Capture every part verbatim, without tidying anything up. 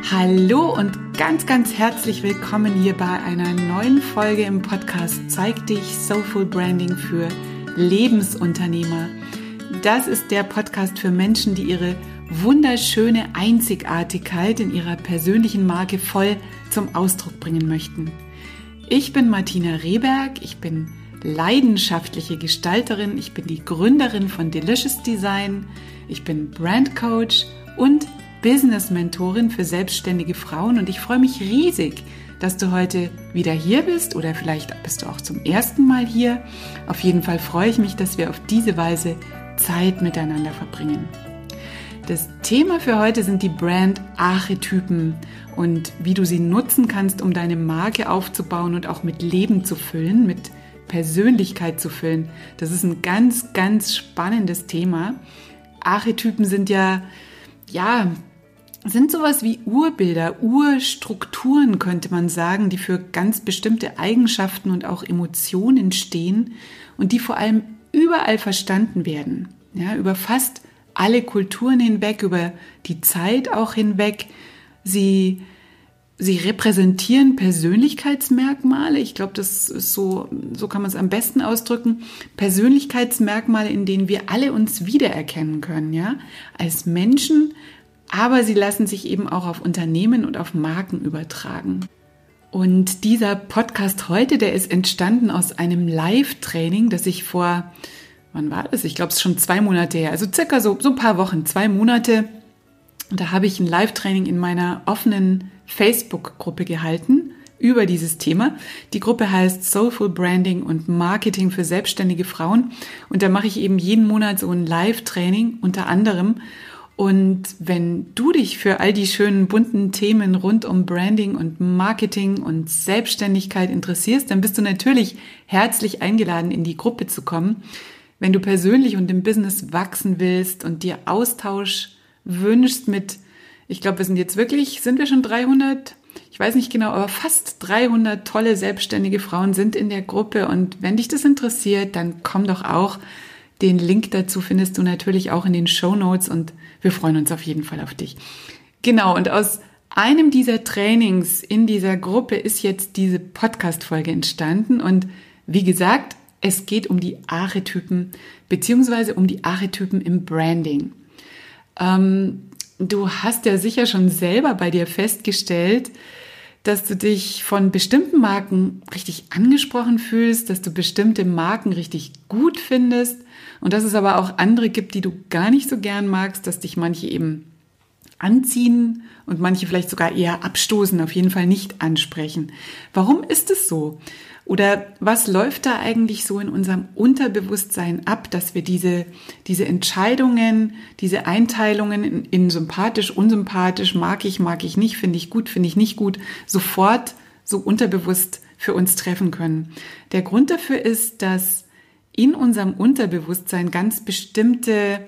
Hallo und ganz, ganz herzlich willkommen hier bei einer neuen Folge im Podcast Zeig dich Soulful Branding für Lebensunternehmer. Das ist der Podcast für Menschen, die ihre wunderschöne Einzigartigkeit in ihrer persönlichen Marke voll zum Ausdruck bringen möchten. Ich bin Martina Rehberg, ich bin leidenschaftliche Gestalterin, ich bin die Gründerin von Delicious Design, ich bin Brandcoach und Business-Mentorin für selbstständige Frauen und ich freue mich riesig, dass du heute wieder hier bist oder vielleicht bist du auch zum ersten Mal hier. Auf jeden Fall freue ich mich, dass wir auf diese Weise Zeit miteinander verbringen. Das Thema für heute sind die Brand-Archetypen und wie du sie nutzen kannst, um deine Marke aufzubauen und auch mit Leben zu füllen, mit Persönlichkeit zu füllen. Das ist ein ganz, ganz spannendes Thema. Archetypen sind ja, ja, sind sowas wie Urbilder, Urstrukturen könnte man sagen, die für ganz bestimmte Eigenschaften und auch Emotionen stehen und die vor allem überall verstanden werden. Ja, über fast alle Kulturen hinweg, über die Zeit auch hinweg. Sie, sie repräsentieren Persönlichkeitsmerkmale. Ich glaube, das ist so, so kann man es am besten ausdrücken. Persönlichkeitsmerkmale, in denen wir alle uns wiedererkennen können, ja, als Menschen. Aber sie lassen sich eben auch auf Unternehmen und auf Marken übertragen. Und dieser Podcast heute, der ist entstanden aus einem Live-Training, das ich vor, wann war das? Ich glaube, es ist schon zwei Monate her, also circa so, so ein paar Wochen, zwei Monate. Und da habe ich ein Live-Training in meiner offenen Facebook-Gruppe gehalten über dieses Thema. Die Gruppe heißt Soulful Branding und Marketing für selbstständige Frauen. Und da mache ich eben jeden Monat so ein Live-Training unter anderem. Und wenn du dich für all die schönen bunten Themen rund um Branding und Marketing und Selbstständigkeit interessierst, dann bist du natürlich herzlich eingeladen, in die Gruppe zu kommen. Wenn du persönlich und im Business wachsen willst und dir Austausch wünschst mit, ich glaube, wir sind jetzt wirklich, sind wir schon dreihundert? Ich weiß nicht genau, aber fast dreihundert tolle selbstständige Frauen sind in der Gruppe. Und wenn dich das interessiert, dann komm doch auch. Den Link dazu findest du natürlich auch in den Shownotes und wir freuen uns auf jeden Fall auf dich. Genau, und aus einem dieser Trainings in dieser Gruppe ist jetzt diese Podcast-Folge entstanden und wie gesagt, es geht um die Archetypen beziehungsweise um die Archetypen im Branding. Ähm, du hast ja sicher schon selber bei dir festgestellt, dass du dich von bestimmten Marken richtig angesprochen fühlst, dass du bestimmte Marken richtig gut findest und dass es aber auch andere gibt, die du gar nicht so gern magst, dass dich manche eben anziehen und manche vielleicht sogar eher abstoßen, auf jeden Fall nicht ansprechen. Warum ist es so? Oder was läuft da eigentlich so in unserem Unterbewusstsein ab, dass wir diese, diese Entscheidungen, diese Einteilungen in, in sympathisch, unsympathisch, mag ich, mag ich nicht, finde ich gut, finde ich nicht gut, sofort so unterbewusst für uns treffen können? Der Grund dafür ist, dass in unserem Unterbewusstsein ganz bestimmte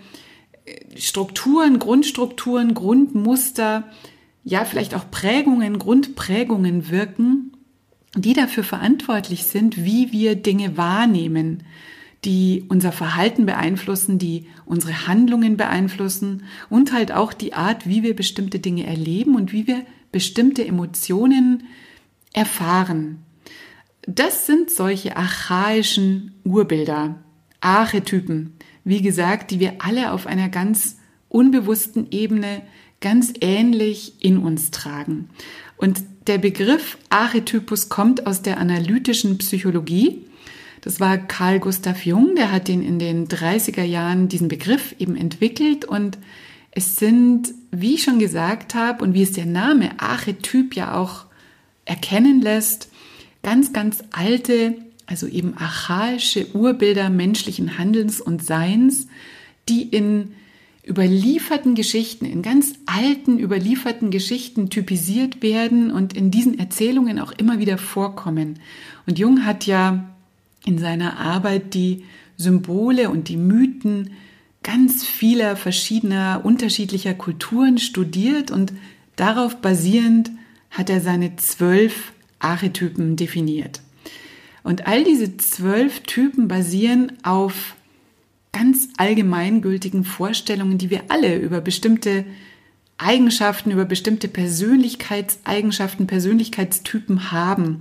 Strukturen, Grundstrukturen, Grundmuster, ja vielleicht auch Prägungen, Grundprägungen wirken, die dafür verantwortlich sind, wie wir Dinge wahrnehmen, die unser Verhalten beeinflussen, die unsere Handlungen beeinflussen und halt auch die Art, wie wir bestimmte Dinge erleben und wie wir bestimmte Emotionen erfahren. Das sind solche archaischen Urbilder, Archetypen, wie gesagt, die wir alle auf einer ganz unbewussten Ebene ganz ähnlich in uns tragen. Und der Begriff Archetypus kommt aus der analytischen Psychologie. Das war Carl Gustav Jung, der hat den in den dreißiger Jahren diesen Begriff eben entwickelt. Und es sind, wie ich schon gesagt habe und wie es der Name Archetyp ja auch erkennen lässt, ganz, ganz alte, also eben archaische Urbilder menschlichen Handelns und Seins, die in überlieferten Geschichten, in ganz alten überlieferten Geschichten typisiert werden und in diesen Erzählungen auch immer wieder vorkommen. Und Jung hat ja in seiner Arbeit die Symbole und die Mythen ganz vieler verschiedener, unterschiedlicher Kulturen studiert und darauf basierend hat er seine zwölf Archetypen definiert. Und all diese zwölf Typen basieren auf ganz allgemeingültigen Vorstellungen, die wir alle über bestimmte Eigenschaften, über bestimmte Persönlichkeitseigenschaften, Persönlichkeitstypen haben.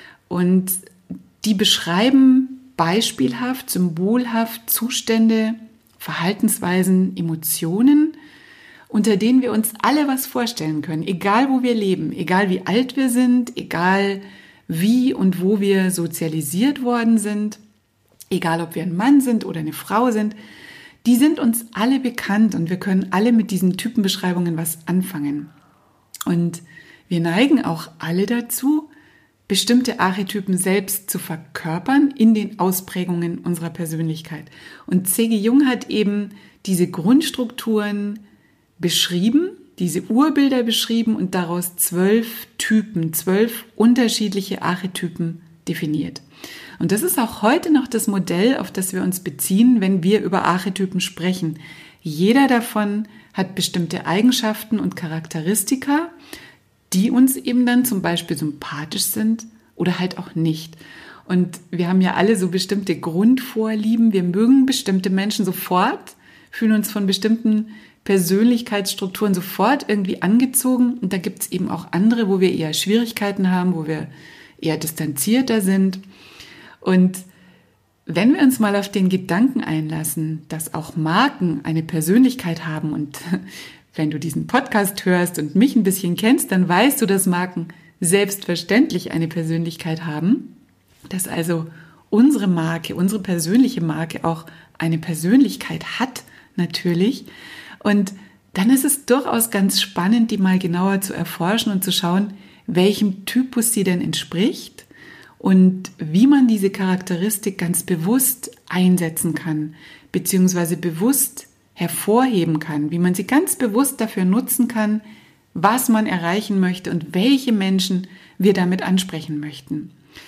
Und die beschreiben beispielhaft, symbolhaft Zustände, Verhaltensweisen, Emotionen, unter denen wir uns alle was vorstellen können, egal wo wir leben, egal wie alt wir sind, egal wie und wo wir sozialisiert worden sind, egal ob wir ein Mann sind oder eine Frau sind, die sind uns alle bekannt und wir können alle mit diesen Typenbeschreibungen was anfangen. Und wir neigen auch alle dazu, bestimmte Archetypen selbst zu verkörpern in den Ausprägungen unserer Persönlichkeit. Und C G Jung hat eben diese Grundstrukturen beschrieben, diese Urbilder beschrieben und daraus zwölf Typen, zwölf unterschiedliche Archetypen definiert. Und das ist auch heute noch das Modell, auf das wir uns beziehen, wenn wir über Archetypen sprechen. Jeder davon hat bestimmte Eigenschaften und Charakteristika, die uns eben dann zum Beispiel sympathisch sind oder halt auch nicht. Und wir haben ja alle so bestimmte Grundvorlieben. Wir mögen bestimmte Menschen sofort, fühlen uns von bestimmten Persönlichkeitsstrukturen sofort irgendwie angezogen. Und da gibt es eben auch andere, wo wir eher Schwierigkeiten haben, wo wir eher distanzierter sind. Und wenn wir uns mal auf den Gedanken einlassen, dass auch Marken eine Persönlichkeit haben und wenn du diesen Podcast hörst und mich ein bisschen kennst, dann weißt du, dass Marken selbstverständlich eine Persönlichkeit haben, dass also unsere Marke, unsere persönliche Marke auch eine Persönlichkeit hat, natürlich. Und dann ist es durchaus ganz spannend, die mal genauer zu erforschen und zu schauen, welchem Typus sie denn entspricht und wie man diese Charakteristik ganz bewusst einsetzen kann, beziehungsweise bewusst hervorheben kann, wie man sie ganz bewusst dafür nutzen kann, was man erreichen möchte und welche Menschen wir damit ansprechen möchten.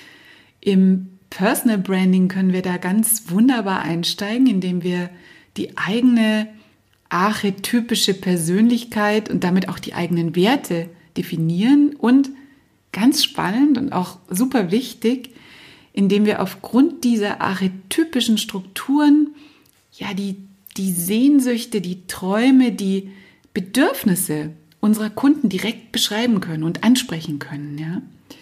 Im Personal Branding können wir da ganz wunderbar einsteigen, indem wir die eigene archetypische Persönlichkeit und damit auch die eigenen Werte definieren und ganz spannend und auch super wichtig, indem wir aufgrund dieser archetypischen Strukturen ja die die Sehnsüchte, die Träume, die Bedürfnisse unserer Kunden direkt beschreiben können und ansprechen können. Ja?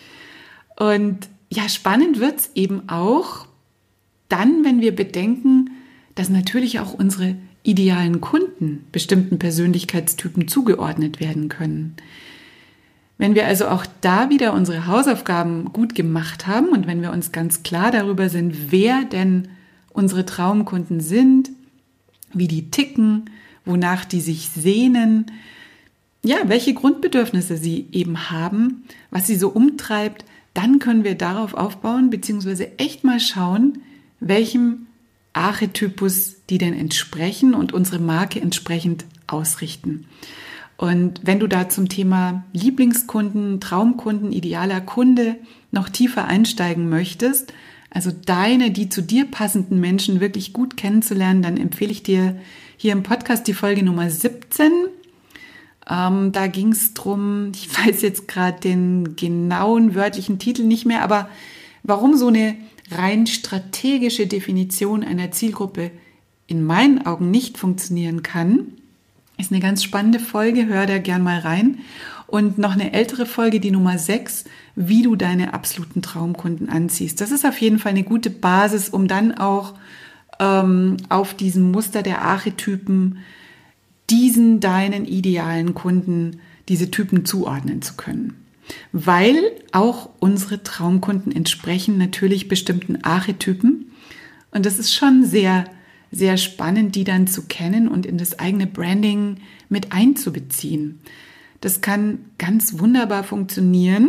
Und ja, spannend wird es eben auch dann, wenn wir bedenken, dass natürlich auch unsere idealen Kunden bestimmten Persönlichkeitstypen zugeordnet werden können. Wenn wir also auch da wieder unsere Hausaufgaben gut gemacht haben und wenn wir uns ganz klar darüber sind, wer denn unsere Traumkunden sind, wie die ticken, wonach die sich sehnen, ja, welche Grundbedürfnisse sie eben haben, was sie so umtreibt, dann können wir darauf aufbauen, beziehungsweise echt mal schauen, welchem Archetypus die denn entsprechen und unsere Marke entsprechend ausrichten. Und wenn du da zum Thema Lieblingskunden, Traumkunden, idealer Kunde noch tiefer einsteigen möchtest, also deine, die zu dir passenden Menschen wirklich gut kennenzulernen, dann empfehle ich dir hier im Podcast die Folge Nummer siebzehn. Ähm, da ging es drum, ich weiß jetzt gerade den genauen wörtlichen Titel nicht mehr, aber warum so eine rein strategische Definition einer Zielgruppe in meinen Augen nicht funktionieren kann, ist eine ganz spannende Folge, hör da gern mal rein. Und noch eine ältere Folge, die Nummer sechs, wie du deine absoluten Traumkunden anziehst. Das ist auf jeden Fall eine gute Basis, um dann auch ähm, auf diesem Muster der Archetypen diesen deinen idealen Kunden, diese Typen zuordnen zu können. Weil auch unsere Traumkunden entsprechen natürlich bestimmten Archetypen. Und das ist schon sehr, sehr spannend, die dann zu kennen und in das eigene Branding mit einzubeziehen. Das kann ganz wunderbar funktionieren.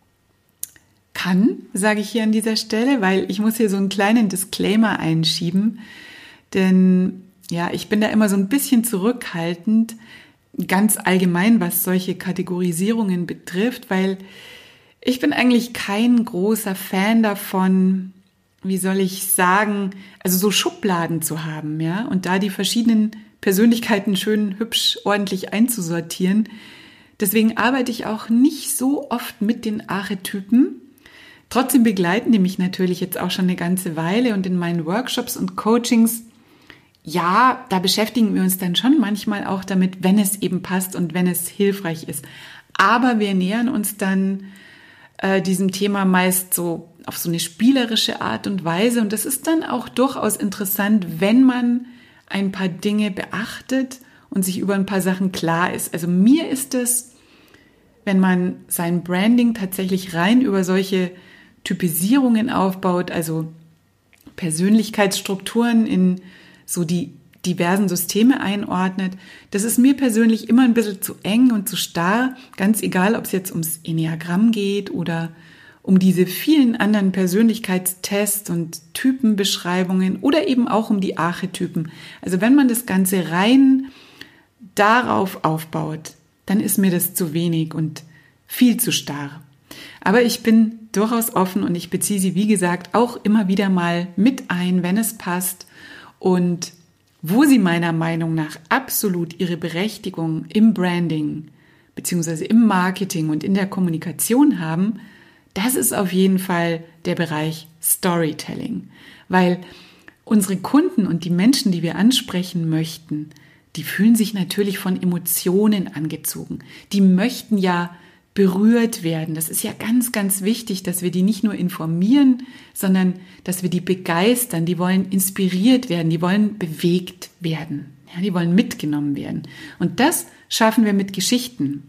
Kann, sage ich hier an dieser Stelle, weil ich muss hier so einen kleinen Disclaimer einschieben. Denn ja, ich bin da immer so ein bisschen zurückhaltend, ganz allgemein, was solche Kategorisierungen betrifft, weil ich bin eigentlich kein großer Fan davon, wie soll ich sagen, also so Schubladen zu haben, ja, und da die verschiedenen Persönlichkeiten schön hübsch ordentlich einzusortieren. Deswegen arbeite ich auch nicht so oft mit den Archetypen. Trotzdem begleiten die mich natürlich jetzt auch schon eine ganze Weile und in meinen Workshops und Coachings, ja, da beschäftigen wir uns dann schon manchmal auch damit, wenn es eben passt und wenn es hilfreich ist. Aber wir nähern uns dann äh, diesem Thema meist so auf so eine spielerische Art und Weise. Und das ist dann auch durchaus interessant, wenn man ein paar Dinge beachtet und sich über ein paar Sachen klar ist. Also mir ist es, wenn man sein Branding tatsächlich rein über solche Typisierungen aufbaut, also Persönlichkeitsstrukturen in so die diversen Systeme einordnet, das ist mir persönlich immer ein bisschen zu eng und zu starr, ganz egal, ob es jetzt ums Enneagramm geht oder um diese vielen anderen Persönlichkeitstests und Typenbeschreibungen oder eben auch um die Archetypen. Also wenn man das Ganze rein darauf aufbaut, dann ist mir das zu wenig und viel zu starr. Aber ich bin durchaus offen und ich beziehe sie, wie gesagt, auch immer wieder mal mit ein, wenn es passt. Und wo sie meiner Meinung nach absolut ihre Berechtigung im Branding beziehungsweise im Marketing und in der Kommunikation haben, das ist auf jeden Fall der Bereich Storytelling. Weil unsere Kunden und die Menschen, die wir ansprechen möchten, die fühlen sich natürlich von Emotionen angezogen. Die möchten ja berührt werden. Das ist ja ganz, ganz wichtig, dass wir die nicht nur informieren, sondern dass wir die begeistern. Die wollen inspiriert werden, die wollen bewegt werden, ja, die wollen mitgenommen werden. Und das schaffen wir mit Geschichten.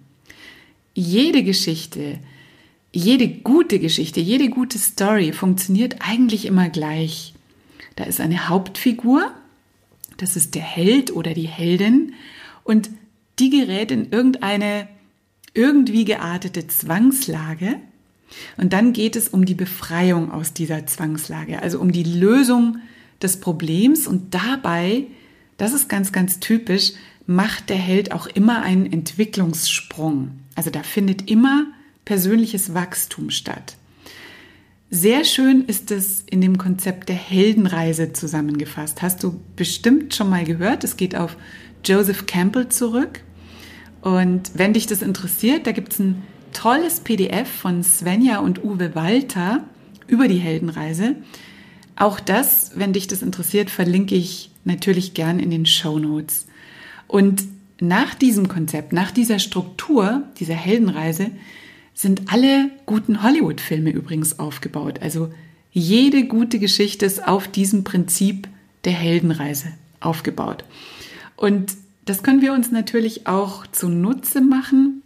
Jede Geschichte, jede gute Geschichte, jede gute Story funktioniert eigentlich immer gleich. Da ist eine Hauptfigur, das ist der Held oder die Heldin, und die gerät in irgendeine irgendwie geartete Zwangslage, und dann geht es um die Befreiung aus dieser Zwangslage, also um die Lösung des Problems, und dabei, das ist ganz, ganz typisch, macht der Held auch immer einen Entwicklungssprung. Also da findet immer persönliches Wachstum statt. Sehr schön ist es in dem Konzept der Heldenreise zusammengefasst. Hast du bestimmt schon mal gehört. Es geht auf Joseph Campbell zurück. Und wenn dich das interessiert, da gibt es ein tolles P D F von Svenja und Uwe Walter über die Heldenreise. Auch das, wenn dich das interessiert, verlinke ich natürlich gern in den Shownotes. Und nach diesem Konzept, nach dieser Struktur, dieser Heldenreise, sind alle guten Hollywood-Filme übrigens aufgebaut. Also jede gute Geschichte ist auf diesem Prinzip der Heldenreise aufgebaut. Und das können wir uns natürlich auch zunutze machen.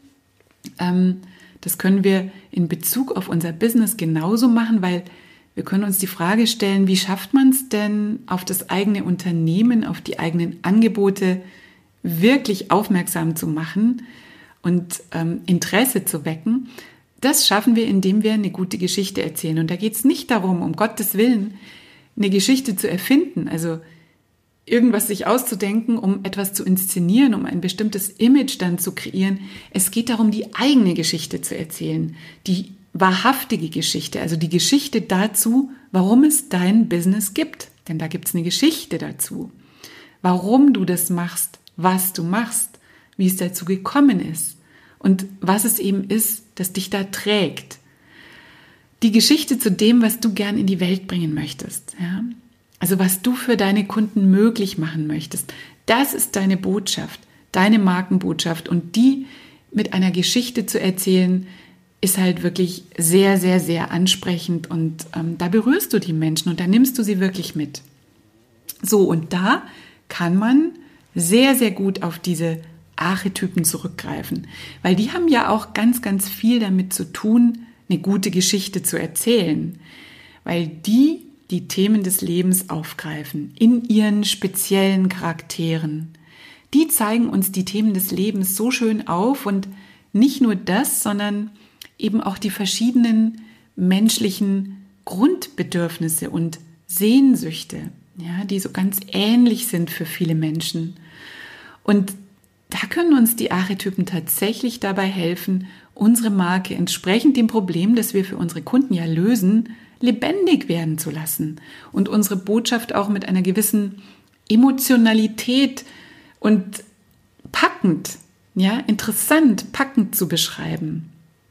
Das können wir in Bezug auf unser Business genauso machen, weil wir können uns die Frage stellen, wie schafft man es denn, auf das eigene Unternehmen, auf die eigenen Angebote wirklich aufmerksam zu machen und ähm, Interesse zu wecken. Das schaffen wir, indem wir eine gute Geschichte erzählen. Und da geht es nicht darum, um Gottes Willen, eine Geschichte zu erfinden, also irgendwas sich auszudenken, um etwas zu inszenieren, um ein bestimmtes Image dann zu kreieren. Es geht darum, die eigene Geschichte zu erzählen, die wahrhaftige Geschichte, also die Geschichte dazu, warum es dein Business gibt. Denn da gibt es eine Geschichte dazu, warum du das machst, was du machst, wie es dazu gekommen ist und was es eben ist, das dich da trägt. Die Geschichte zu dem, was du gern in die Welt bringen möchtest, ja? Also was du für deine Kunden möglich machen möchtest, das ist deine Botschaft, deine Markenbotschaft, und die mit einer Geschichte zu erzählen, ist halt wirklich sehr, sehr, sehr ansprechend, und ähm, da berührst du die Menschen und da nimmst du sie wirklich mit. So, und da kann man sehr, sehr gut auf diese Archetypen zurückgreifen, weil die haben ja auch ganz, ganz viel damit zu tun, eine gute Geschichte zu erzählen, weil die die Themen des Lebens aufgreifen, in ihren speziellen Charakteren. Die zeigen uns die Themen des Lebens so schön auf, und nicht nur das, sondern eben auch die verschiedenen menschlichen Grundbedürfnisse und Sehnsüchte, ja, die so ganz ähnlich sind für viele Menschen. Und da können uns die Archetypen tatsächlich dabei helfen, unsere Marke entsprechend dem Problem, das wir für unsere Kunden ja lösen, lebendig werden zu lassen und unsere Botschaft auch mit einer gewissen Emotionalität und packend, ja, interessant, packend zu beschreiben.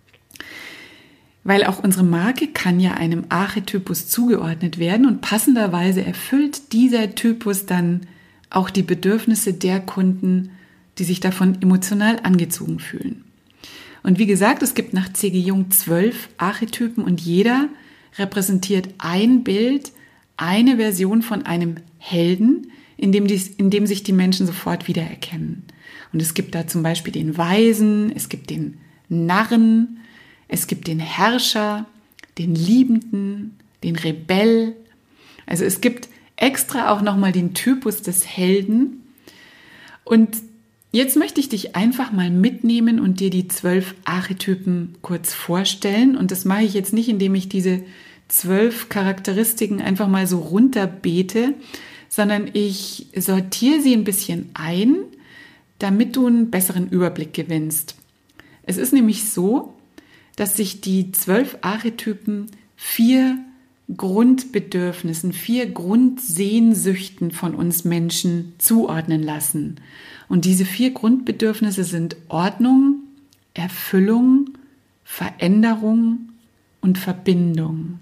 Weil auch unsere Marke kann ja einem Archetypus zugeordnet werden, und passenderweise erfüllt dieser Typus dann auch die Bedürfnisse der Kunden, die sich davon emotional angezogen fühlen. Und wie gesagt, es gibt nach C G. Jung zwölf Archetypen und jeder repräsentiert ein Bild, eine Version von einem Helden, in dem, die, in dem sich die Menschen sofort wiedererkennen. Und es gibt da zum Beispiel den Weisen, es gibt den Narren, es gibt den Herrscher, den Liebenden, den Rebell. Also es gibt extra auch nochmal den Typus des Helden. Und jetzt möchte ich dich einfach mal mitnehmen und dir die zwölf Archetypen kurz vorstellen. Und das mache ich jetzt nicht, indem ich diese zwölf Charakteristiken einfach mal so runterbete, sondern ich sortiere sie ein bisschen ein, damit du einen besseren Überblick gewinnst. Es ist nämlich so, dass sich die zwölf Archetypen vier Grundbedürfnissen, vier Grundsehnsüchten von uns Menschen zuordnen lassen. Und diese vier Grundbedürfnisse sind Ordnung, Erfüllung, Veränderung und Verbindung.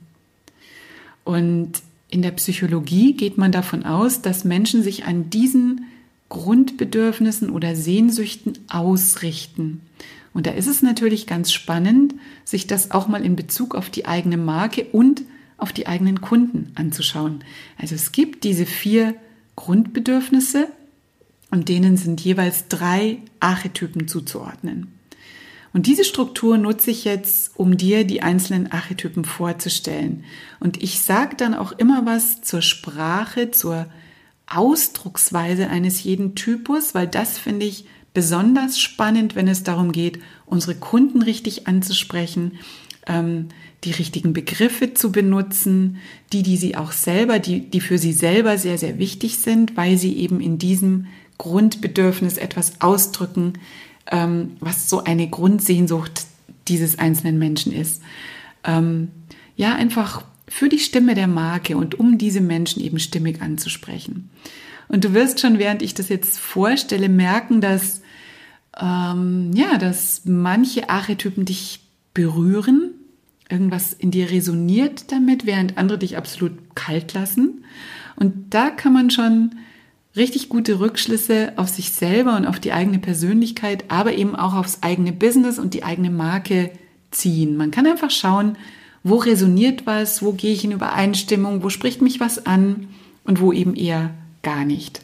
Und in der Psychologie geht man davon aus, dass Menschen sich an diesen Grundbedürfnissen oder Sehnsüchten ausrichten. Und da ist es natürlich ganz spannend, sich das auch mal in Bezug auf die eigene Marke und auf die eigenen Kunden anzuschauen. Also es gibt diese vier Grundbedürfnisse und denen sind jeweils drei Archetypen zuzuordnen. Und diese Struktur nutze ich jetzt, um dir die einzelnen Archetypen vorzustellen. Und ich sage dann auch immer was zur Sprache, zur Ausdrucksweise eines jeden Typus, weil das finde ich besonders spannend, wenn es darum geht, unsere Kunden richtig anzusprechen, ähm, die richtigen Begriffe zu benutzen, die, die sie auch selber, die, die für sie selber sehr, sehr wichtig sind, weil sie eben in diesem Grundbedürfnis etwas ausdrücken, ähm, was so eine Grundsehnsucht dieses einzelnen Menschen ist. Ähm, ja, einfach für die Stimme der Marke und um diese Menschen eben stimmig anzusprechen. Und du wirst schon, während ich das jetzt vorstelle, merken, dass, ähm, ja, dass manche Archetypen dich berühren, irgendwas in dir resoniert damit, während andere dich absolut kalt lassen. Und da kann man schon richtig gute Rückschlüsse auf sich selber und auf die eigene Persönlichkeit, aber eben auch aufs eigene Business und die eigene Marke ziehen. Man kann einfach schauen, wo resoniert was, wo gehe ich in Übereinstimmung, wo spricht mich was an und wo eben eher gar nicht.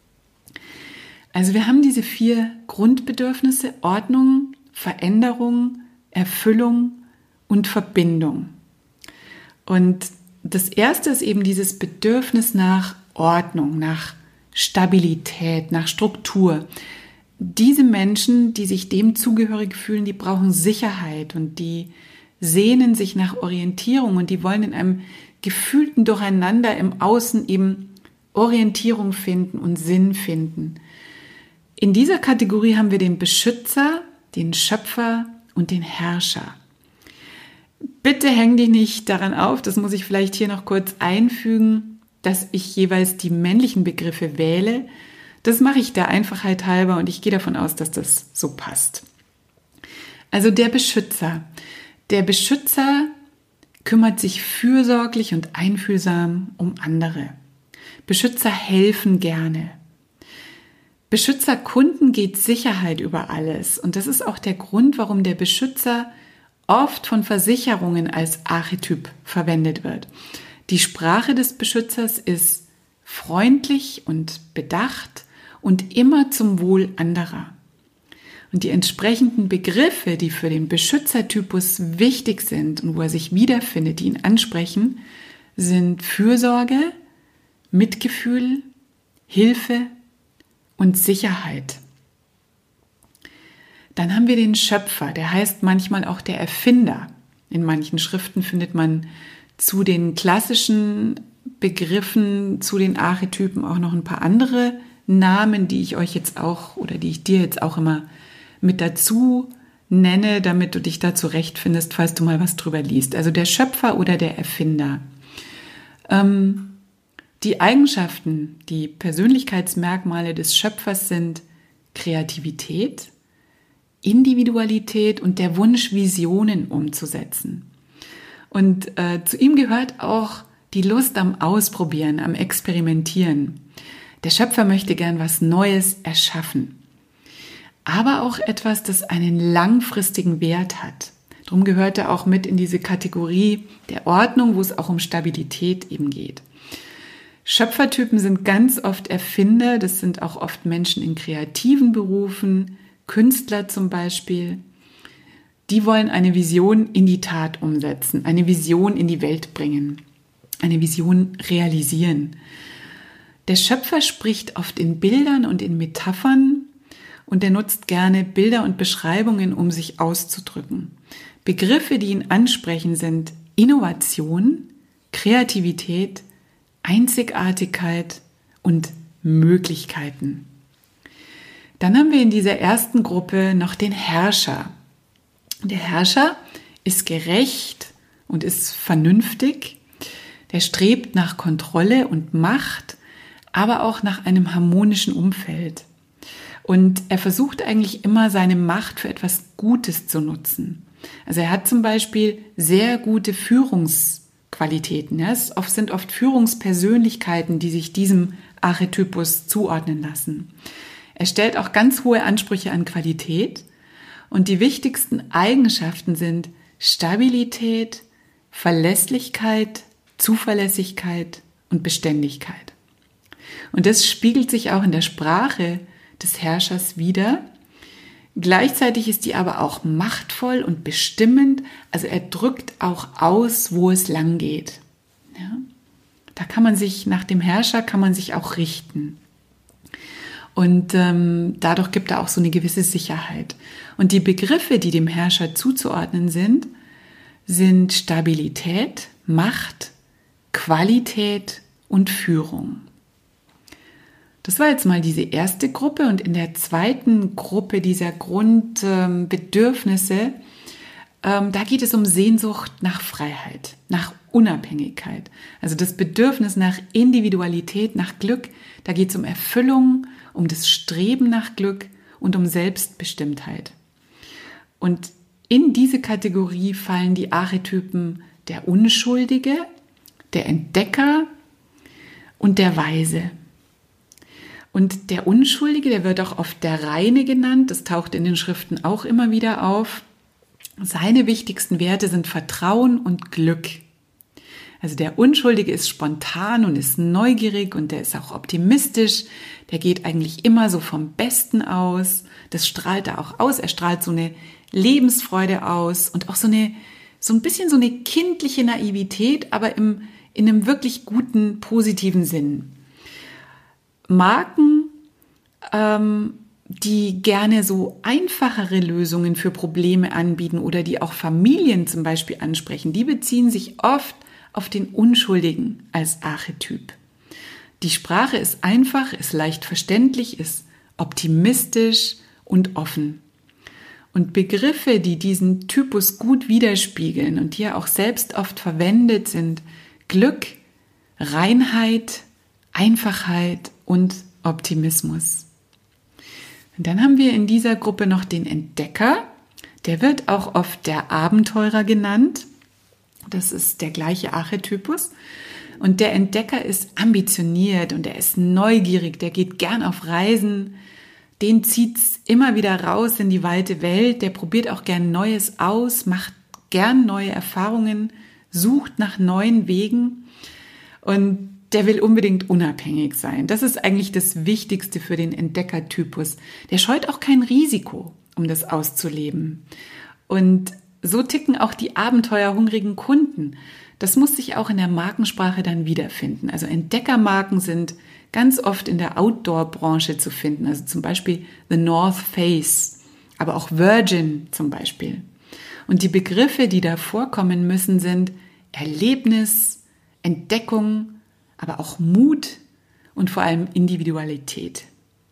Also wir haben diese vier Grundbedürfnisse: Ordnung, Veränderung, Erfüllung und Verbindung. Und das erste ist eben dieses Bedürfnis nach Ordnung, nach Stabilität, nach Struktur. Diese Menschen, die sich dem zugehörig fühlen, die brauchen Sicherheit und die sehnen sich nach Orientierung und die wollen in einem gefühlten Durcheinander im Außen eben Orientierung finden und Sinn finden. In dieser Kategorie haben wir den Beschützer, den Schöpfer und den Herrscher. Bitte häng dich nicht daran auf, das muss ich vielleicht hier noch kurz einfügen, dass ich jeweils die männlichen Begriffe wähle. Das mache ich der Einfachheit halber und ich gehe davon aus, dass das so passt. Also der Beschützer. Der Beschützer kümmert sich fürsorglich und einfühlsam um andere. Beschützer helfen gerne. Beschützerkunden geht Sicherheit über alles. Und das ist auch der Grund, warum der Beschützer oft von Versicherungen als Archetyp verwendet wird. Die Sprache des Beschützers ist freundlich und bedacht und immer zum Wohl anderer. Und die entsprechenden Begriffe, die für den Beschützertypus wichtig sind und wo er sich wiederfindet, die ihn ansprechen, sind Fürsorge, Mitgefühl, Hilfe und Sicherheit. Dann haben wir den Schöpfer, der heißt manchmal auch der Erfinder. In manchen Schriften findet man zu den klassischen Begriffen, zu den Archetypen auch noch ein paar andere Namen, die ich euch jetzt auch oder die ich dir jetzt auch immer mit dazu nenne, damit du dich da zurechtfindest, falls du mal was drüber liest. Also der Schöpfer oder der Erfinder. Ähm, die Eigenschaften, die Persönlichkeitsmerkmale des Schöpfers sind Kreativität, Individualität und der Wunsch, Visionen umzusetzen. Und äh, zu ihm gehört auch die Lust am Ausprobieren, am Experimentieren. Der Schöpfer möchte gern was Neues erschaffen, aber auch etwas, das einen langfristigen Wert hat. Darum gehört er auch mit in diese Kategorie der Ordnung, wo es auch um Stabilität eben geht. Schöpfertypen sind ganz oft Erfinder, das sind auch oft Menschen in kreativen Berufen, Künstler zum Beispiel. Die wollen eine Vision in die Tat umsetzen, eine Vision in die Welt bringen, eine Vision realisieren. Der Schöpfer spricht oft in Bildern und in Metaphern und er nutzt gerne Bilder und Beschreibungen, um sich auszudrücken. Begriffe, die ihn ansprechen, sind Innovation, Kreativität, Einzigartigkeit und Möglichkeiten. Dann haben wir in dieser ersten Gruppe noch den Herrscher. Der Herrscher ist gerecht und ist vernünftig. Der strebt nach Kontrolle und Macht, aber auch nach einem harmonischen Umfeld. Und er versucht eigentlich immer, seine Macht für etwas Gutes zu nutzen. Also er hat zum Beispiel sehr gute Führungsqualitäten. Ja? Es sind oft Führungspersönlichkeiten, die sich diesem Archetypus zuordnen lassen. Er stellt auch ganz hohe Ansprüche an Qualität. Und die wichtigsten Eigenschaften sind Stabilität, Verlässlichkeit, Zuverlässigkeit und Beständigkeit. Und das spiegelt sich auch in der Sprache des Herrschers wider. Gleichzeitig ist die aber auch machtvoll und bestimmend. Also er drückt auch aus, wo es lang geht. Ja? Da kann man sich, nach dem Herrscher kann man sich auch richten. Und ähm, dadurch gibt er auch so eine gewisse Sicherheit. Und die Begriffe, die dem Herrscher zuzuordnen sind, sind Stabilität, Macht, Qualität und Führung. Das war jetzt mal diese erste Gruppe und in der zweiten Gruppe dieser Grundbedürfnisse, ähm, da geht es um Sehnsucht nach Freiheit, nach Unabhängigkeit. Also das Bedürfnis nach Individualität, nach Glück, da geht es um Erfüllung, um das Streben nach Glück und um Selbstbestimmtheit. Und in diese Kategorie fallen die Archetypen der Unschuldige, der Entdecker und der Weise. Und der Unschuldige, der wird auch oft der Reine genannt, das taucht in den Schriften auch immer wieder auf. Seine wichtigsten Werte sind Vertrauen und Glück. Also der Unschuldige ist spontan und ist neugierig und der ist auch optimistisch. Der geht eigentlich immer so vom Besten aus. Das strahlt er auch aus. Er strahlt so eine Lebensfreude aus und auch so eine, so ein bisschen so eine kindliche Naivität, aber im, in einem wirklich guten, positiven Sinn. Marken, ähm, die gerne so einfachere Lösungen für Probleme anbieten oder die auch Familien zum Beispiel ansprechen, die beziehen sich oft auf den Unschuldigen als Archetyp. Die Sprache ist einfach, ist leicht verständlich, ist optimistisch und offen. Und Begriffe, die diesen Typus gut widerspiegeln und die er auch selbst oft verwendet, sind Glück, Reinheit, Einfachheit und Optimismus. Und dann haben wir in dieser Gruppe noch den Entdecker. Der wird auch oft der Abenteurer genannt. Das ist der gleiche Archetypus. Und der Entdecker ist ambitioniert und er ist neugierig. Der geht gern auf Reisen. Den zieht's immer wieder raus in die weite Welt. Der probiert auch gern Neues aus, macht gern neue Erfahrungen, sucht nach neuen Wegen. Und der will unbedingt unabhängig sein. Das ist eigentlich das Wichtigste für den Entdeckertypus. Der scheut auch kein Risiko, um das auszuleben. Und so ticken auch die abenteuerhungrigen Kunden. Das muss sich auch in der Markensprache dann wiederfinden. Also Entdeckermarken sind ganz oft in der Outdoor-Branche zu finden. Also zum Beispiel The North Face, aber auch Virgin zum Beispiel. Und die Begriffe, die da vorkommen müssen, sind Erlebnis, Entdeckung, aber auch Mut und vor allem Individualität.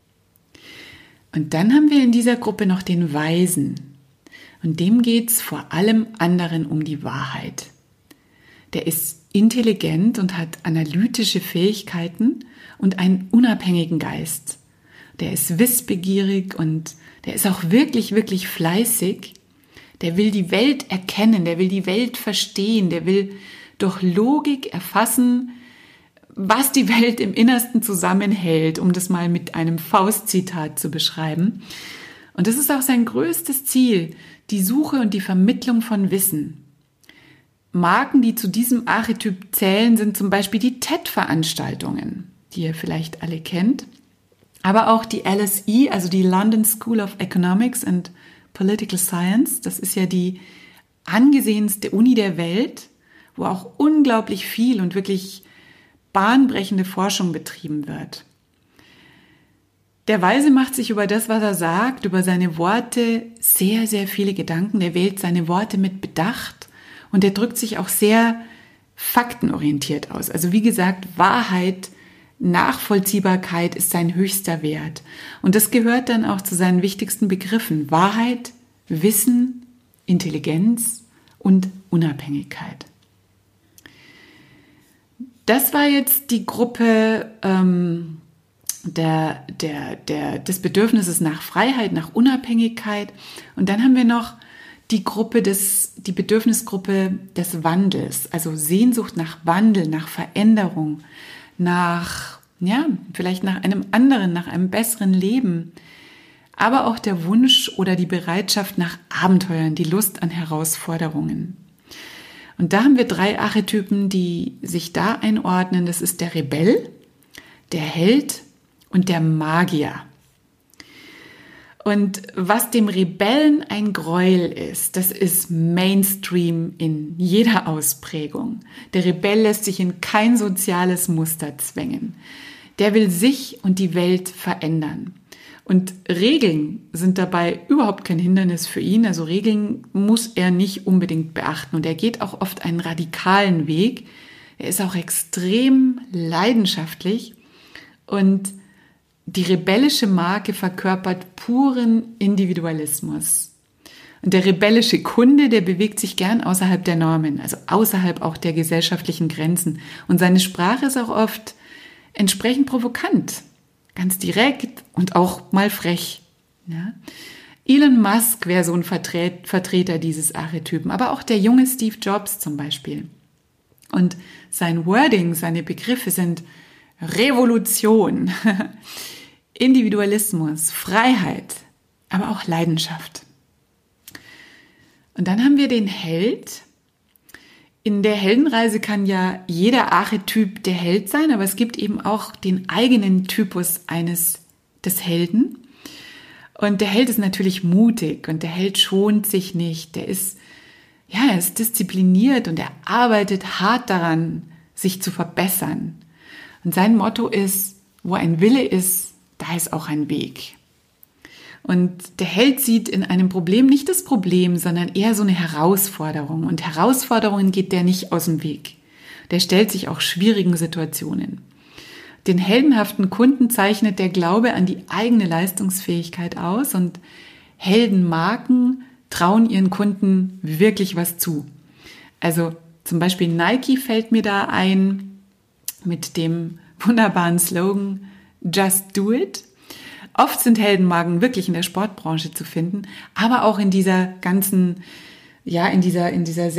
Und dann haben wir in dieser Gruppe noch den Weisen. Und dem geht es vor allem anderen um die Wahrheit. Der ist intelligent und hat analytische Fähigkeiten und einen unabhängigen Geist. Der ist wissbegierig und der ist auch wirklich, wirklich fleißig. Der will die Welt erkennen, der will die Welt verstehen, der will durch Logik erfassen, was die Welt im Innersten zusammenhält, um das mal mit einem Faustzitat zu beschreiben. Und das ist auch sein größtes Ziel, die Suche und die Vermittlung von Wissen. Marken, die zu diesem Archetyp zählen, sind zum Beispiel die T E D-Veranstaltungen, die ihr vielleicht alle kennt, aber auch die L S E, also die London School of Economics and Political Science. Das ist ja die angesehenste Uni der Welt, wo auch unglaublich viel und wirklich bahnbrechende Forschung betrieben wird. Der Weise macht sich über das, was er sagt, über seine Worte sehr, sehr viele Gedanken. Er wählt seine Worte mit Bedacht und er drückt sich auch sehr faktenorientiert aus. Also wie gesagt, Wahrheit, Nachvollziehbarkeit ist sein höchster Wert. Und das gehört dann auch zu seinen wichtigsten Begriffen: Wahrheit, Wissen, Intelligenz und Unabhängigkeit. Das war jetzt die Gruppe ähm, der, der, der, des Bedürfnisses nach Freiheit, nach Unabhängigkeit. Und dann haben wir noch die Gruppe des, die Bedürfnisgruppe des Wandels, also Sehnsucht nach Wandel, nach Veränderung, nach, ja, vielleicht nach einem anderen, nach einem besseren Leben, aber auch der Wunsch oder die Bereitschaft nach Abenteuern, die Lust an Herausforderungen. Und da haben wir drei Archetypen, die sich da einordnen. Das ist der Rebell, der Held und der Magier. Und was dem Rebellen ein Gräuel ist, das ist Mainstream in jeder Ausprägung. Der Rebell lässt sich in kein soziales Muster zwängen. Der will sich und die Welt verändern. Und Regeln sind dabei überhaupt kein Hindernis für ihn. Also Regeln muss er nicht unbedingt beachten. Und er geht auch oft einen radikalen Weg. Er ist auch extrem leidenschaftlich. Und die rebellische Marke verkörpert puren Individualismus. Und der rebellische Kunde, der bewegt sich gern außerhalb der Normen, also außerhalb auch der gesellschaftlichen Grenzen. Und seine Sprache ist auch oft entsprechend provokant. Ganz direkt und auch mal frech. Ja? Elon Musk wäre so ein Vertret- Vertreter dieses Archetypen, aber auch der junge Steve Jobs zum Beispiel. Und sein Wording, seine Begriffe sind Revolution, Individualismus, Freiheit, aber auch Leidenschaft. Und dann haben wir den Held. In der Heldenreise kann ja jeder Archetyp der Held sein, aber es gibt eben auch den eigenen Typus eines des Helden. Und der Held ist natürlich mutig und der Held schont sich nicht. Der ist, ja, er ist diszipliniert und er arbeitet hart daran, sich zu verbessern. Und sein Motto ist: Wo ein Wille ist, da ist auch ein Weg. Und der Held sieht in einem Problem nicht das Problem, sondern eher so eine Herausforderung. Und Herausforderungen geht der nicht aus dem Weg. Der stellt sich auch schwierigen Situationen. Den heldenhaften Kunden zeichnet der Glaube an die eigene Leistungsfähigkeit aus und Heldenmarken trauen ihren Kunden wirklich was zu. Also zum Beispiel Nike fällt mir da ein mit dem wunderbaren Slogan Just Do It. Oft sind Heldenmarken wirklich in der Sportbranche zu finden, aber auch in dieser ganzen, ja, in dieser, in dieser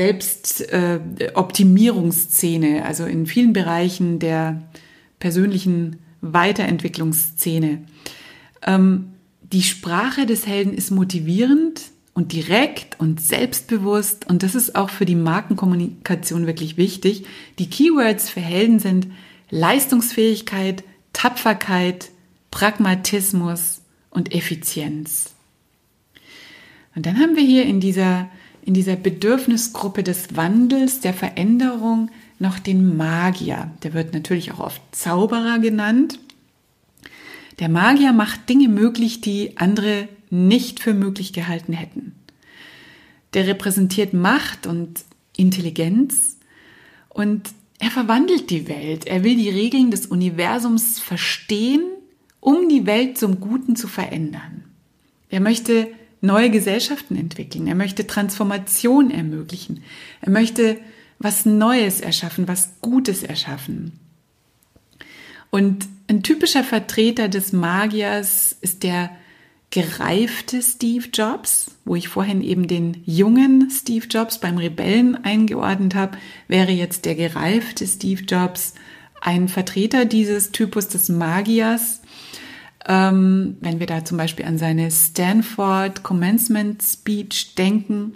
Selbstoptimierungsszene, äh, also in vielen Bereichen der persönlichen Weiterentwicklungsszene. Ähm, die Sprache des Helden ist motivierend und direkt und selbstbewusst und das ist auch für die Markenkommunikation wirklich wichtig. Die Keywords für Helden sind Leistungsfähigkeit, Tapferkeit, Pragmatismus und Effizienz. Und dann haben wir hier in dieser, in dieser Bedürfnisgruppe des Wandels, der Veränderung noch den Magier. Der wird natürlich auch oft Zauberer genannt. Der Magier macht Dinge möglich, die andere nicht für möglich gehalten hätten. Der repräsentiert Macht und Intelligenz und er verwandelt die Welt. Er will die Regeln des Universums verstehen, um die Welt zum Guten zu verändern. Er möchte neue Gesellschaften entwickeln. Er möchte Transformation ermöglichen. Er möchte was Neues erschaffen, was Gutes erschaffen. Und ein typischer Vertreter des Magiers ist der gereifte Steve Jobs, wo ich vorhin eben den jungen Steve Jobs beim Rebellen eingeordnet habe, wäre jetzt der gereifte Steve Jobs Ein Vertreter dieses Typus des Magiers, ähm, wenn wir da zum Beispiel an seine Stanford Commencement Speech denken,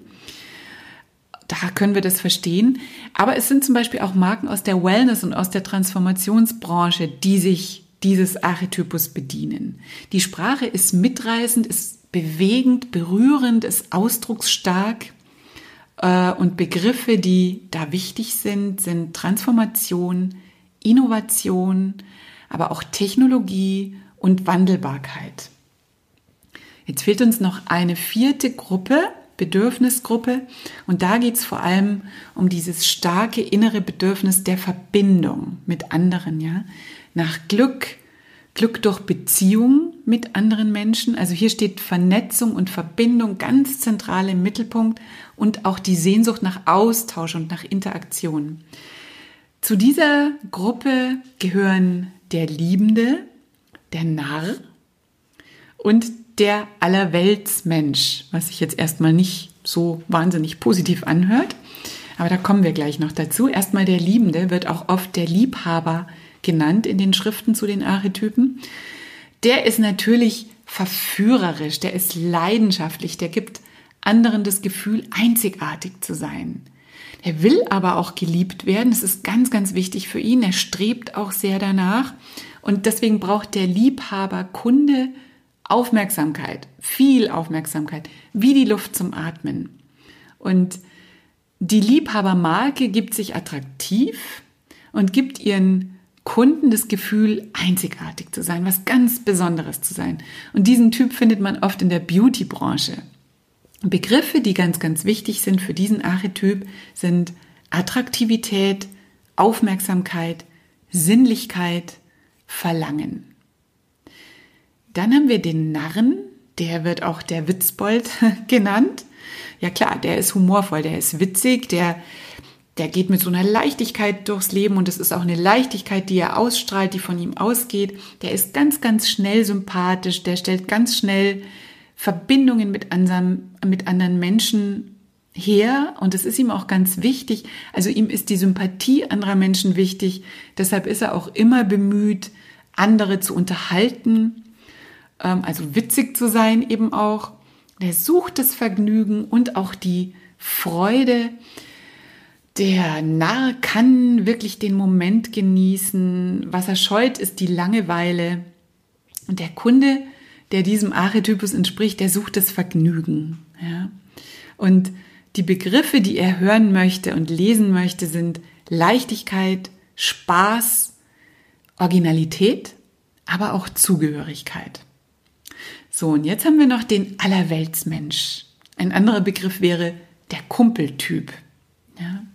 da können wir das verstehen. Aber es sind zum Beispiel auch Marken aus der Wellness- und aus der Transformationsbranche, die sich dieses Archetypus bedienen. Die Sprache ist mitreißend, ist bewegend, berührend, ist ausdrucksstark. Äh, und Begriffe, die da wichtig sind, sind Transformation, Innovation, aber auch Technologie und Wandelbarkeit. Jetzt fehlt uns noch eine vierte Gruppe, Bedürfnisgruppe, und da geht es vor allem um dieses starke innere Bedürfnis der Verbindung mit anderen, ja, nach Glück, Glück durch Beziehung mit anderen Menschen. Also hier steht Vernetzung und Verbindung ganz zentral im Mittelpunkt und auch die Sehnsucht nach Austausch und nach Interaktion. Zu dieser Gruppe gehören der Liebende, der Narr und der Allerweltsmensch, was sich jetzt erstmal nicht so wahnsinnig positiv anhört, aber da kommen wir gleich noch dazu. Erstmal der Liebende wird auch oft der Liebhaber genannt in den Schriften zu den Archetypen. Der ist natürlich verführerisch, der ist leidenschaftlich, der gibt anderen das Gefühl, einzigartig zu sein. Er will aber auch geliebt werden, das ist ganz, ganz wichtig für ihn, er strebt auch sehr danach und deswegen braucht der Liebhaber-Kunde Aufmerksamkeit, viel Aufmerksamkeit, wie die Luft zum Atmen. Und die Liebhabermarke gibt sich attraktiv und gibt ihren Kunden das Gefühl, einzigartig zu sein, was ganz Besonderes zu sein. Und diesen Typ findet man oft in der Beauty-Branche. Begriffe, die ganz, ganz wichtig sind für diesen Archetyp, sind Attraktivität, Aufmerksamkeit, Sinnlichkeit, Verlangen. Dann haben wir den Narren, der wird auch der Witzbold genannt. Ja klar, der ist humorvoll, der ist witzig, der, der geht mit so einer Leichtigkeit durchs Leben und es ist auch eine Leichtigkeit, die er ausstrahlt, die von ihm ausgeht. Der ist ganz, ganz schnell sympathisch, der stellt ganz schnell Verbindungen mit anderen, mit anderen Menschen her und das ist ihm auch ganz wichtig. Also ihm ist die Sympathie anderer Menschen wichtig, deshalb ist er auch immer bemüht, andere zu unterhalten, also witzig zu sein eben auch. Der sucht das Vergnügen und auch die Freude. Der Narr kann wirklich den Moment genießen. Was er scheut, ist die Langeweile. Und der Kunde, der diesem Archetypus entspricht, der sucht das Vergnügen. Ja? Und die Begriffe, die er hören möchte und lesen möchte, sind Leichtigkeit, Spaß, Originalität, aber auch Zugehörigkeit. So, und jetzt haben wir noch den Allerweltsmensch. Ein anderer Begriff wäre der Kumpeltyp. Ja.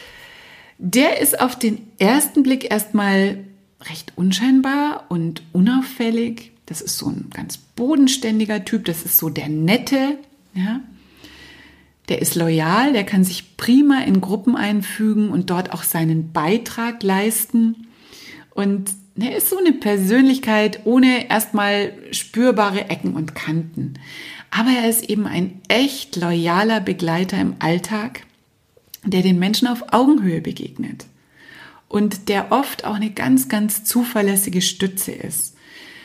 Der ist auf den ersten Blick erstmal recht unscheinbar und unauffällig. Das ist so ein ganz bodenständiger Typ, das ist so der Nette. Ja. Der ist loyal, der kann sich prima in Gruppen einfügen und dort auch seinen Beitrag leisten. Und er ist so eine Persönlichkeit ohne erstmal spürbare Ecken und Kanten. Aber er ist eben ein echt loyaler Begleiter im Alltag, der den Menschen auf Augenhöhe begegnet und der oft auch eine ganz, ganz zuverlässige Stütze ist.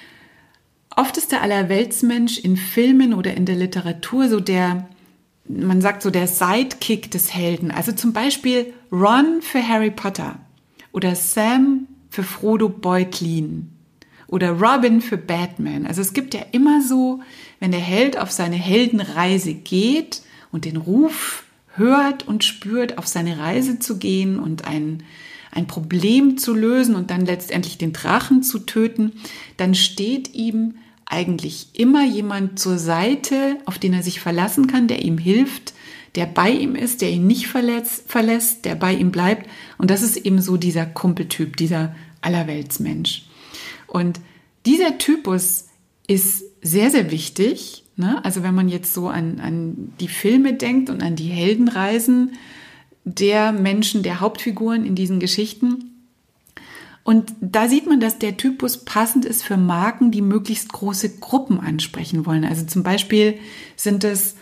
Oft ist der Allerweltsmensch in Filmen oder in der Literatur so der, man sagt so der Sidekick des Helden. Also zum Beispiel Ron für Harry Potter oder Sam für Frodo Beutlin oder Robin für Batman. Also es gibt ja immer so, wenn der Held auf seine Heldenreise geht und den Ruf hört und spürt, auf seine Reise zu gehen und ein, ein Problem zu lösen und dann letztendlich den Drachen zu töten, dann steht ihm eigentlich immer jemand zur Seite, auf den er sich verlassen kann, der ihm hilft, der bei ihm ist, der ihn nicht verletzt, verlässt, der bei ihm bleibt. Und das ist eben so dieser Kumpeltyp, dieser Allerweltsmensch. Und dieser Typus ist sehr, sehr wichtig. Ne? Also wenn man jetzt so an, an die Filme denkt und an die Heldenreisen der Menschen, der Hauptfiguren in diesen Geschichten. Und da sieht man, dass der Typus passend ist für Marken, die möglichst große Gruppen ansprechen wollen. Also zum Beispiel sind es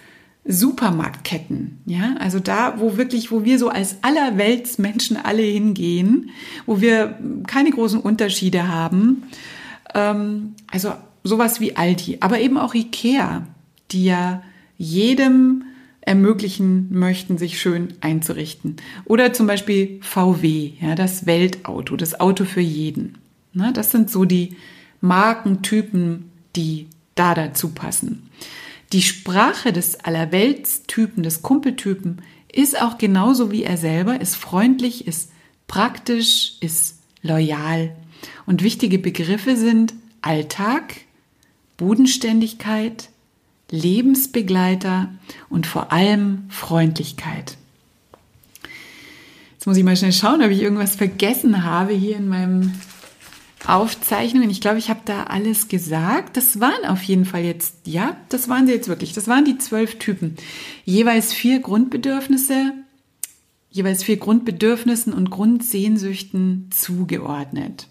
Supermarktketten, ja, also da, wo wirklich, wo wir so als Allerweltsmenschen alle hingehen, wo wir keine großen Unterschiede haben, ähm, also sowas wie Aldi, aber eben auch Ikea, die ja jedem ermöglichen möchten, sich schön einzurichten. Oder zum Beispiel V W, ja, das Weltauto, das Auto für jeden. Na, das sind so die Markentypen, die da dazu passen. Die Sprache des Allerweltstypen, des Kumpeltypen, ist auch genauso wie er selber, ist freundlich, ist praktisch, ist loyal. Und wichtige Begriffe sind Alltag, Bodenständigkeit, Lebensbegleiter und vor allem Freundlichkeit. Jetzt muss ich mal schnell schauen, ob ich irgendwas vergessen habe hier in meinem Aufzeichnungen. Ich glaube, ich habe da alles gesagt. Das waren auf jeden Fall jetzt, ja, das waren sie jetzt wirklich. Das waren die zwölf Typen. Jeweils vier Grundbedürfnisse, jeweils vier Grundbedürfnissen und Grundsehnsüchten zugeordnet.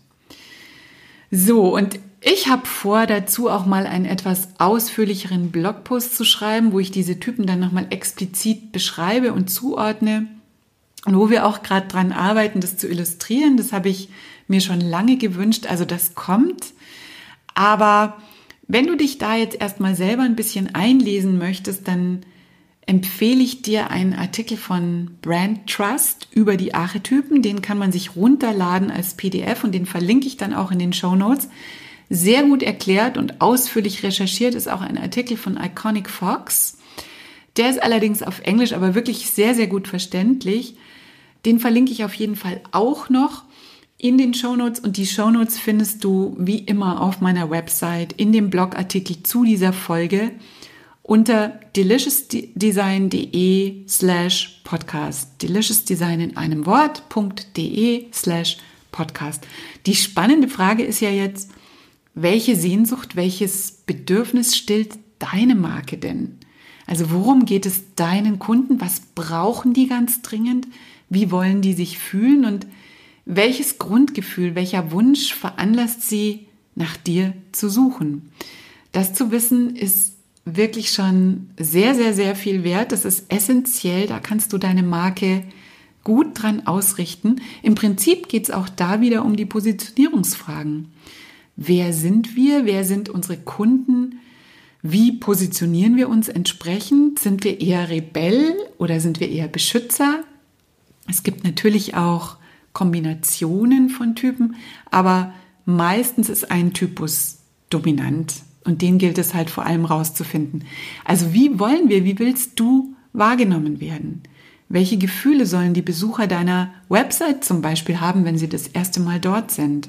So, und ich habe vor, dazu auch mal einen etwas ausführlicheren Blogpost zu schreiben, wo ich diese Typen dann nochmal explizit beschreibe und zuordne und wo wir auch gerade dran arbeiten, das zu illustrieren. Das habe ich mir schon lange gewünscht, also das kommt. Aber wenn du dich da jetzt erstmal selber ein bisschen einlesen möchtest, dann empfehle ich dir einen Artikel von Brand Trust über die Archetypen. Den kann man sich runterladen als P D F und den verlinke ich dann auch in den Shownotes. Sehr gut erklärt und ausführlich recherchiert ist auch ein Artikel von Iconic Fox. Der ist allerdings auf Englisch, aber wirklich sehr, sehr gut verständlich. Den verlinke ich auf jeden Fall auch noch in den Shownotes und die Shownotes findest du wie immer auf meiner Website in dem Blogartikel zu dieser Folge unter deliciousdesign.de slash podcast. Deliciousdesign in einem Wort.de slash podcast. Die spannende Frage ist ja jetzt, welche Sehnsucht, welches Bedürfnis stillt deine Marke denn? Also worum geht es deinen Kunden? Was brauchen die ganz dringend? Wie wollen die sich fühlen? Und welches Grundgefühl, welcher Wunsch veranlasst sie, nach dir zu suchen? Das zu wissen ist wirklich schon sehr, sehr, sehr viel wert. Das ist essentiell. Da kannst du deine Marke gut dran ausrichten. Im Prinzip geht es auch da wieder um die Positionierungsfragen. Wer sind wir? Wer sind unsere Kunden? Wie positionieren wir uns entsprechend? Sind wir eher Rebell oder sind wir eher Beschützer? Es gibt natürlich auch Kombinationen von Typen, aber meistens ist ein Typus dominant und den gilt es halt vor allem rauszufinden. Also wie wollen wir, wie willst du wahrgenommen werden? Welche Gefühle sollen die Besucher deiner Website zum Beispiel haben, wenn sie das erste Mal dort sind?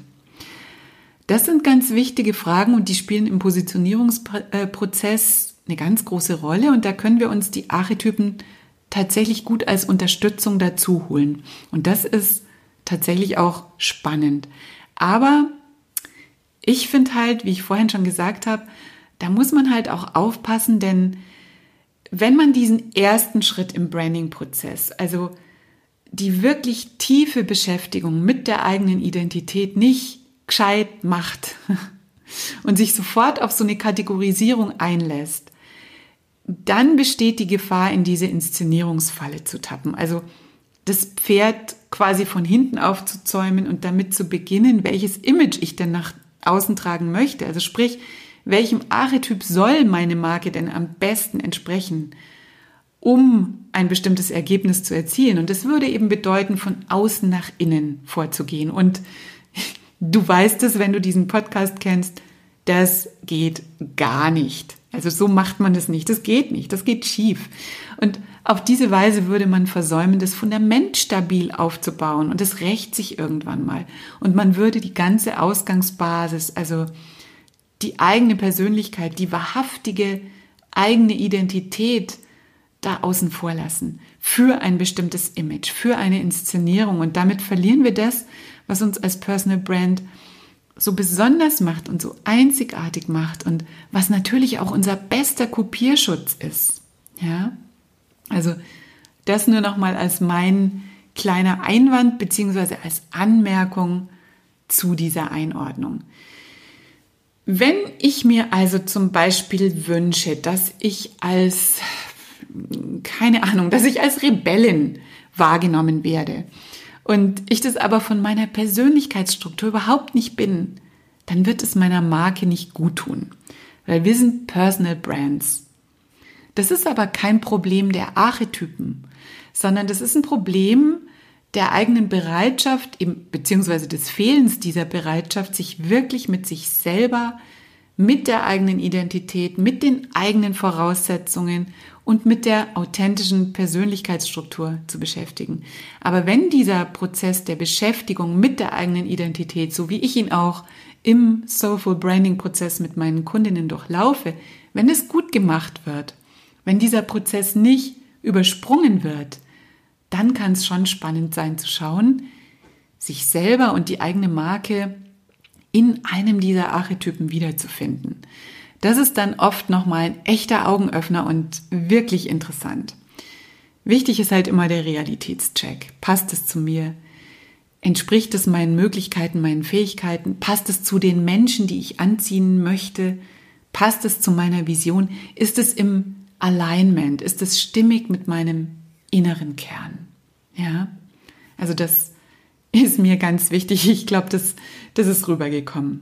Das sind ganz wichtige Fragen und die spielen im Positionierungsprozess eine ganz große Rolle und da können wir uns die Archetypen tatsächlich gut als Unterstützung dazu holen. Und das ist tatsächlich auch spannend. Aber ich finde halt, wie ich vorhin schon gesagt habe, da muss man halt auch aufpassen, denn wenn man diesen ersten Schritt im Branding-Prozess, also die wirklich tiefe Beschäftigung mit der eigenen Identität nicht gescheit macht und sich sofort auf so eine Kategorisierung einlässt, dann besteht die Gefahr, in diese Inszenierungsfalle zu tappen. Also das Pferd quasi von hinten aufzuzäumen und damit zu beginnen, welches Image ich denn nach außen tragen möchte. Also sprich, welchem Archetyp soll meine Marke denn am besten entsprechen, um ein bestimmtes Ergebnis zu erzielen. Und das würde eben bedeuten, von außen nach innen vorzugehen. Und du weißt es, wenn du diesen Podcast kennst, das geht gar nicht. Also so macht man das nicht. Das geht nicht. Das geht schief. Und auf diese Weise würde man versäumen, das Fundament stabil aufzubauen. Und das rächt sich irgendwann mal. Und man würde die ganze Ausgangsbasis, also die eigene Persönlichkeit, die wahrhaftige eigene Identität da außen vor lassen. Für ein bestimmtes Image, für eine Inszenierung. Und damit verlieren wir das, was uns als Personal Brand so besonders macht und so einzigartig macht und was natürlich auch unser bester Kopierschutz ist. Ja, also das nur noch mal als mein kleiner Einwand beziehungsweise als Anmerkung zu dieser Einordnung. Wenn ich mir also zum Beispiel wünsche, dass ich als keine Ahnung, dass ich als Rebellin wahrgenommen werde und ich das aber von meiner Persönlichkeitsstruktur überhaupt nicht bin, dann wird es meiner Marke nicht gut tun, weil wir sind Personal Brands. Das ist aber kein Problem der Archetypen, sondern das ist ein Problem der eigenen Bereitschaft, beziehungsweise des Fehlens dieser Bereitschaft, sich wirklich mit sich selber, mit der eigenen Identität, mit den eigenen Voraussetzungen und mit der authentischen Persönlichkeitsstruktur zu beschäftigen. Aber wenn dieser Prozess der Beschäftigung mit der eigenen Identität, so wie ich ihn auch im Soulful Branding Prozess mit meinen Kundinnen durchlaufe, wenn es gut gemacht wird, wenn dieser Prozess nicht übersprungen wird, dann kann es schon spannend sein zu schauen, sich selber und die eigene Marke in einem dieser Archetypen wiederzufinden. Das ist dann oft nochmal ein echter Augenöffner und wirklich interessant. Wichtig ist halt immer der Realitätscheck. Passt es zu mir? Entspricht es meinen Möglichkeiten, meinen Fähigkeiten? Passt es zu den Menschen, die ich anziehen möchte? Passt es zu meiner Vision? Ist es im Alignment? Ist es stimmig mit meinem inneren Kern? Ja, also das ist mir ganz wichtig. Ich glaube, das, das ist rübergekommen.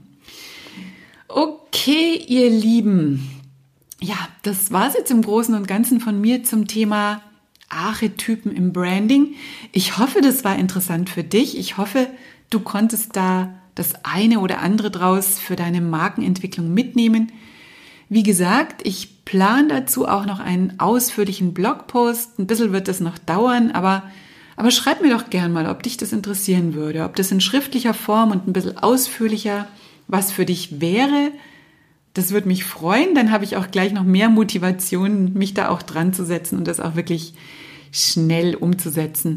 Okay, ihr Lieben. Ja, das war es jetzt im Großen und Ganzen von mir zum Thema Archetypen im Branding. Ich hoffe, das war interessant für dich. Ich hoffe, du konntest da das eine oder andere draus für deine Markenentwicklung mitnehmen. Wie gesagt, ich plane dazu auch noch einen ausführlichen Blogpost. Ein bisschen wird das noch dauern, aber Aber schreib mir doch gern mal, ob dich das interessieren würde, ob das in schriftlicher Form und ein bisschen ausführlicher was für dich wäre. Das würde mich freuen, dann habe ich auch gleich noch mehr Motivation, mich da auch dran zu setzen und das auch wirklich schnell umzusetzen.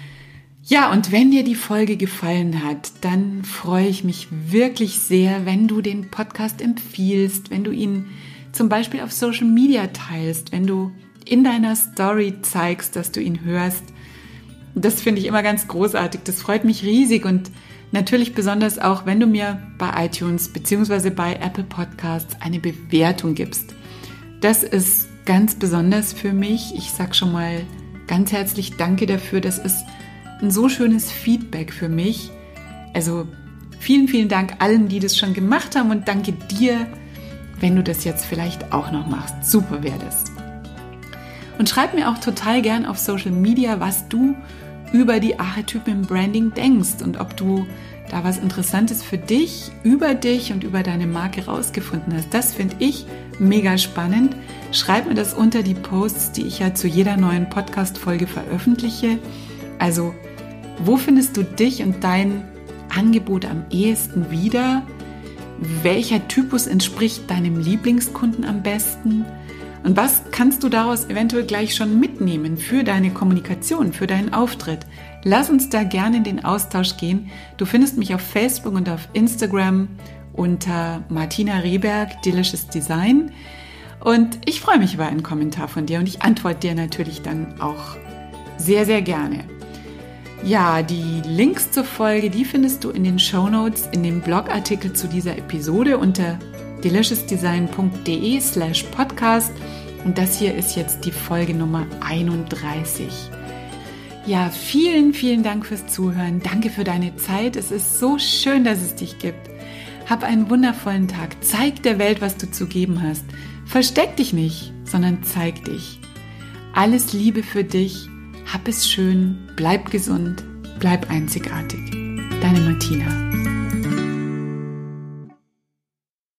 Ja, und wenn dir die Folge gefallen hat, dann freue ich mich wirklich sehr, wenn du den Podcast empfiehlst, wenn du ihn zum Beispiel auf Social Media teilst, wenn du in deiner Story zeigst, dass du ihn hörst. Das finde ich immer ganz großartig. Das freut mich riesig und natürlich besonders auch, wenn du mir bei iTunes bzw. bei Apple Podcasts eine Bewertung gibst. Das ist ganz besonders für mich. Ich sage schon mal ganz herzlich Danke dafür. Das ist ein so schönes Feedback für mich. Also vielen, vielen Dank allen, die das schon gemacht haben und danke dir, wenn du das jetzt vielleicht auch noch machst. Super wäre das. Und schreib mir auch total gern auf Social Media, was du über die Archetypen im Branding denkst und ob du da was Interessantes für dich, über dich und über deine Marke rausgefunden hast. Das finde ich mega spannend. Schreib mir das unter die Posts, die ich ja zu jeder neuen Podcast-Folge veröffentliche. Also, wo findest du dich und dein Angebot am ehesten wieder? Welcher Typus entspricht deinem Lieblingskunden am besten? Und was kannst du daraus eventuell gleich schon mitnehmen für deine Kommunikation, für deinen Auftritt? Lass uns da gerne in den Austausch gehen. Du findest mich auf Facebook und auf Instagram unter Martina Rehberg, Delicious Design. Und ich freue mich über einen Kommentar von dir und ich antworte dir natürlich dann auch sehr, sehr gerne. Ja, die Links zur Folge, die findest du in den Shownotes, in dem Blogartikel zu dieser Episode unter deliciousdesign.de slash podcast und das hier ist jetzt die Folge Nummer einunddreißig. Ja, vielen, vielen Dank fürs Zuhören. Danke für deine Zeit. Es ist so schön, dass es dich gibt. Hab einen wundervollen Tag. Zeig der Welt, was du zu geben hast. Versteck dich nicht, sondern zeig dich. Alles Liebe für dich. Hab es schön. Bleib gesund. Bleib einzigartig. Deine Martina.